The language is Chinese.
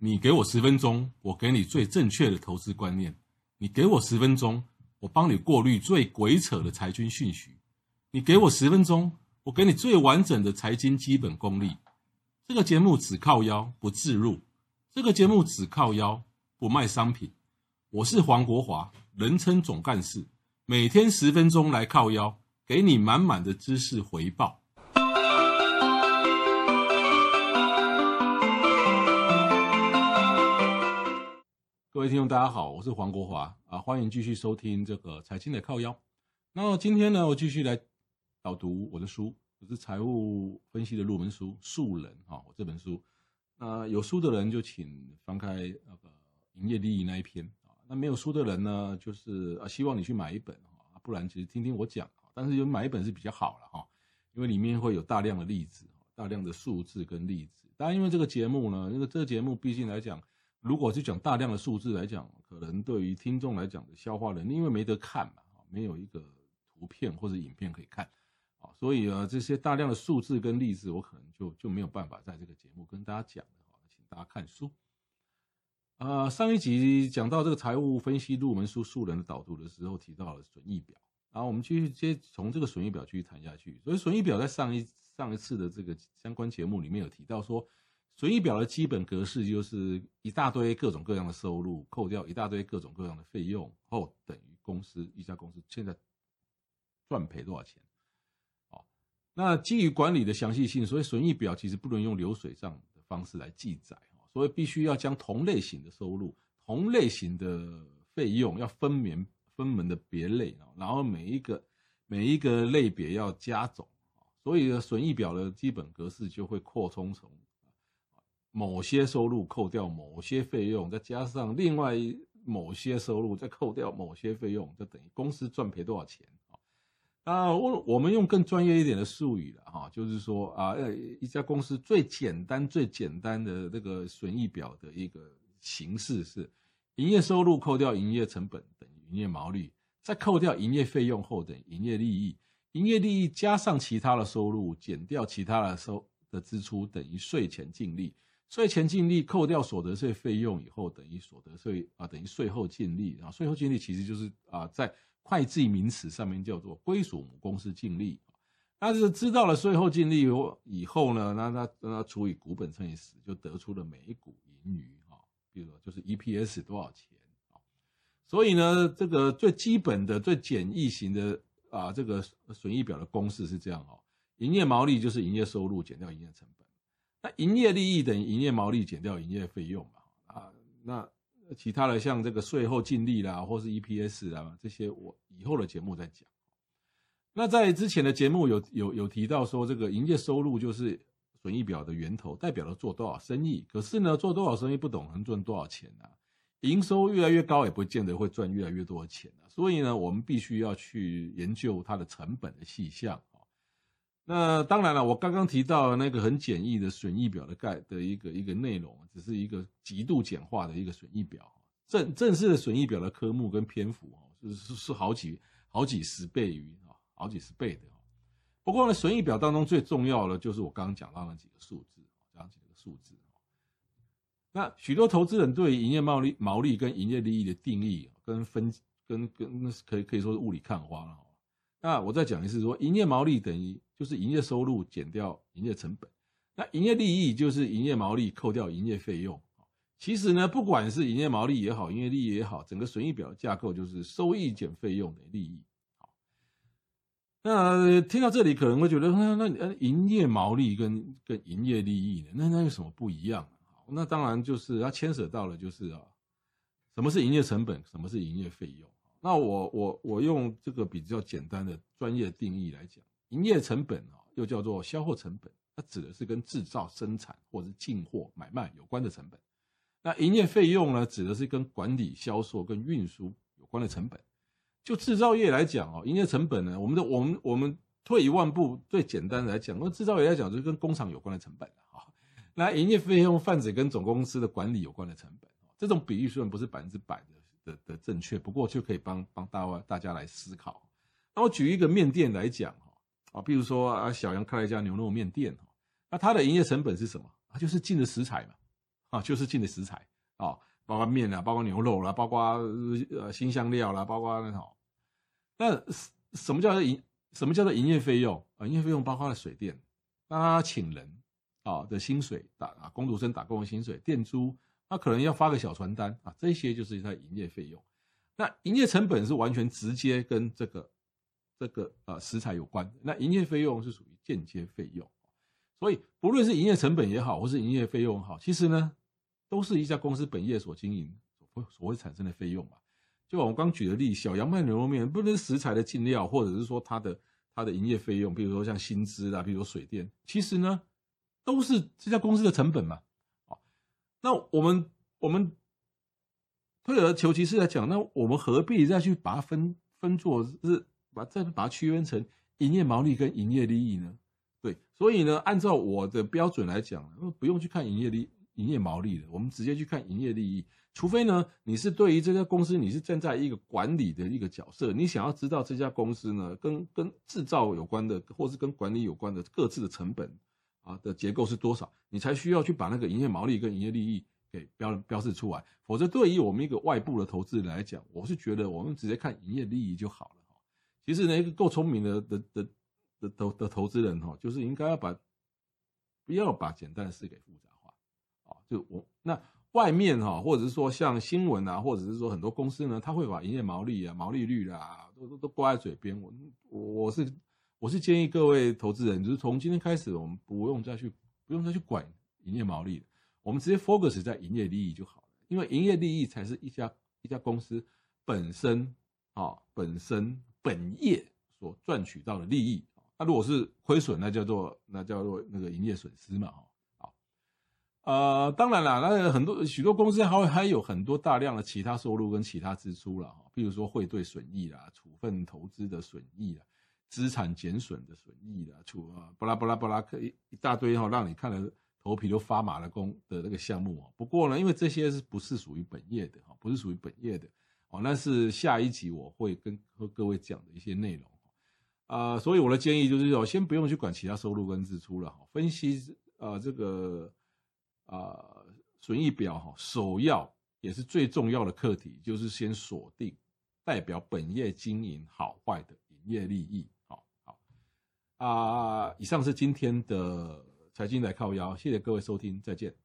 你给我10分钟，我给你最正确的投资观念；你给我10分钟，我帮你过滤最鬼扯的财经讯息；你给我10分钟，我给你最完整的财经基本功力。这个节目只靠腰不置入，这个节目只靠腰不卖商品。我是黄国华，人称总干事，每天10分钟来靠腰，给你满满的知识回报。各位听众大家好，我是黄国华欢迎继续收听这个财经的靠腰。那今天呢，我继续来导读我的书，我是财务分析的入门书《素人》我这本书。那有书的人就请翻开营业利益那一篇那没有书的人呢，就是希望你去买一本不然其实听听我讲，但是有买一本是比较好了因为里面会有大量的例子，大量的数字跟例子。当然因为这个节目呢，这个节目毕竟来讲，如果去讲大量的数字来讲，可能对于听众来讲的消化能力，因为没得看嘛，没有一个图片或者影片可以看所以这些大量的数字跟例子，我可能就没有办法在这个节目跟大家讲请大家看书。上一集讲到这个财务分析入门书《素人》的导读的时候，提到了损益表，然后我们继续接从这个损益表继续谈下去。所以损益表在上一次的这个相关节目里面有提到说，损益表的基本格式就是一大堆各种各样的收入，扣掉一大堆各种各样的费用后，等于一家公司现在赚赔多少钱。那基于管理的详细性，所以损益表其实不能用流水账的方式来记载，所以必须要将同类型的收入、同类型的费用要分门的别类，然后每一个类别要加总，所以损益表的基本格式就会扩充成某些收入扣掉某些费用，再加上另外某些收入，再扣掉某些费用，就等于公司赚赔多少钱。我们用更专业一点的术语了就是说一家公司最简单的这个损益表的一个形式是营业收入扣掉营业成本等于营业毛利，再扣掉营业费用后等于营业利益，营业利益加上其他的收入减掉其他的支出等于税前净利，税前净利扣掉所得税费用以后等于所得税等于税后净利，然后税后净利其实就是在会计名词上面叫做归属母公司净利。那就是知道了税后净利以后呢，那除以股本乘以10，就得出了每股盈余比如说就是 EPS 多少钱。所以呢，这个最基本的最简易型的这个损益表的公式是这样营业毛利就是营业收入减掉营业成本，那营业利益等于营业毛利减掉营业费用那其他的像这个税后净利啦，或是 EPS 啦，这些我以后的节目再讲。那在之前的节目有提到说，这个营业收入就是损益表的源头，代表了做多少生意。可是呢，做多少生意不懂能赚多少钱营收越来越高，也不见得会赚越来越多的钱所以呢，我们必须要去研究它的成本的细项。那当然了，我刚刚提到那个很简易的损益表的一个内容，只是一个极度简化的一个损益表。正式的损益表的科目跟篇幅是好几十倍的。不过呢，损益表当中最重要的就是我刚刚讲到那几个数字。那许多投资人对营业毛利跟营业利益的定义跟可以说是雾里看花了。那我再讲一次说，营业毛利等于就是营业收入减掉营业成本，那营业利益就是营业毛利扣掉营业费用。其实呢，不管是营业毛利也好，营业利益也好，整个损益表的架构就是收益减费用等于利益。那听到这里可能会觉得，那营业毛利跟营业利益呢，那有什么不一样？那当然就是它牵扯到了就是什么是营业成本，什么是营业费用。那我用这个比较简单的专业定义来讲，营业成本又叫做销货成本，它指的是跟制造、生产或者是进货、买卖有关的成本。那营业费用呢，指的是跟管理、销售跟运输有关的成本。就制造业来讲营业成本呢，我们退一万步，最简单的来讲，制造业来讲就是跟工厂有关的成本那营业费用泛指跟总公司的管理有关的成本。这种比喻虽然不是100%的正确，不过就可以帮大家来思考。那我举一个面店来讲比如说小杨开了一家牛肉面店那它的营业成本是什么？它就是进的食材嘛就是进的食材啊，包括面啦，包括牛肉啦，包括辛香料啦，包括那种。那什么叫做营业费用啊？营业费用包括了水电，那他请人的薪水，工读生打工的薪水，店租，他可能要发个小传单啊，这些就是他营业费用。那营业成本是完全直接跟这个食材有关，那营业费用是属于间接费用。所以不论是营业成本也好，或是营业费用也好，其实呢都是一家公司本业所经营所会产生的费用嘛。就我刚举的例，小杨卖牛肉面，不论是食材的进料，或者是说它的营业费用，比如说像薪资啦，比如说水电，其实呢都是这家公司的成本嘛。那我们退而求其次来讲，那我们何必再去把它分作是再把它区分成营业毛利跟营业利益呢？对，所以呢，按照我的标准来讲，不用去看营业毛利的，我们直接去看营业利益。除非呢，你是对于这家公司，你是站在一个管理的一个角色，你想要知道这家公司呢，跟制造有关的，或是跟管理有关的各自的成本的结构是多少，你才需要去把那个营业毛利跟营业利益给标示出来。否则，对于我们一个外部的投资人来讲，我是觉得我们直接看营业利益就好了。其实呢，一个够聪明的投资人就是应该不要把简单的事给复杂化就那外面或者是说像新闻啊，或者是说很多公司呢，他会把营业毛利啊、毛利率啦都挂在嘴边。我是建议各位投资人，就是从今天开始，我们不用再去管营业毛利了，我们直接 focus 在营业利益就好了。因为营业利益才是一家公司本身本业所赚取到的利益。那如果是亏损，那叫做那个营业损失嘛。当然啦，那许多公司还有很多大量的其他收入跟其他支出啦，比如说汇兑损益啦、处分投资的损益啦、资产减损的损益啦、巴拉巴拉巴拉一大堆让你看了头皮都发麻的那个项目。不过呢，因为这些不是属于本业的，那是下一集我会跟各位讲的一些内容。所以我的建议就是先不用去管其他收入跟支出了，分析这个损益表首要也是最重要的课题，就是先锁定代表本业经营好坏的营业利益。以上是今天的财经来靠腰，谢谢各位收听，再见。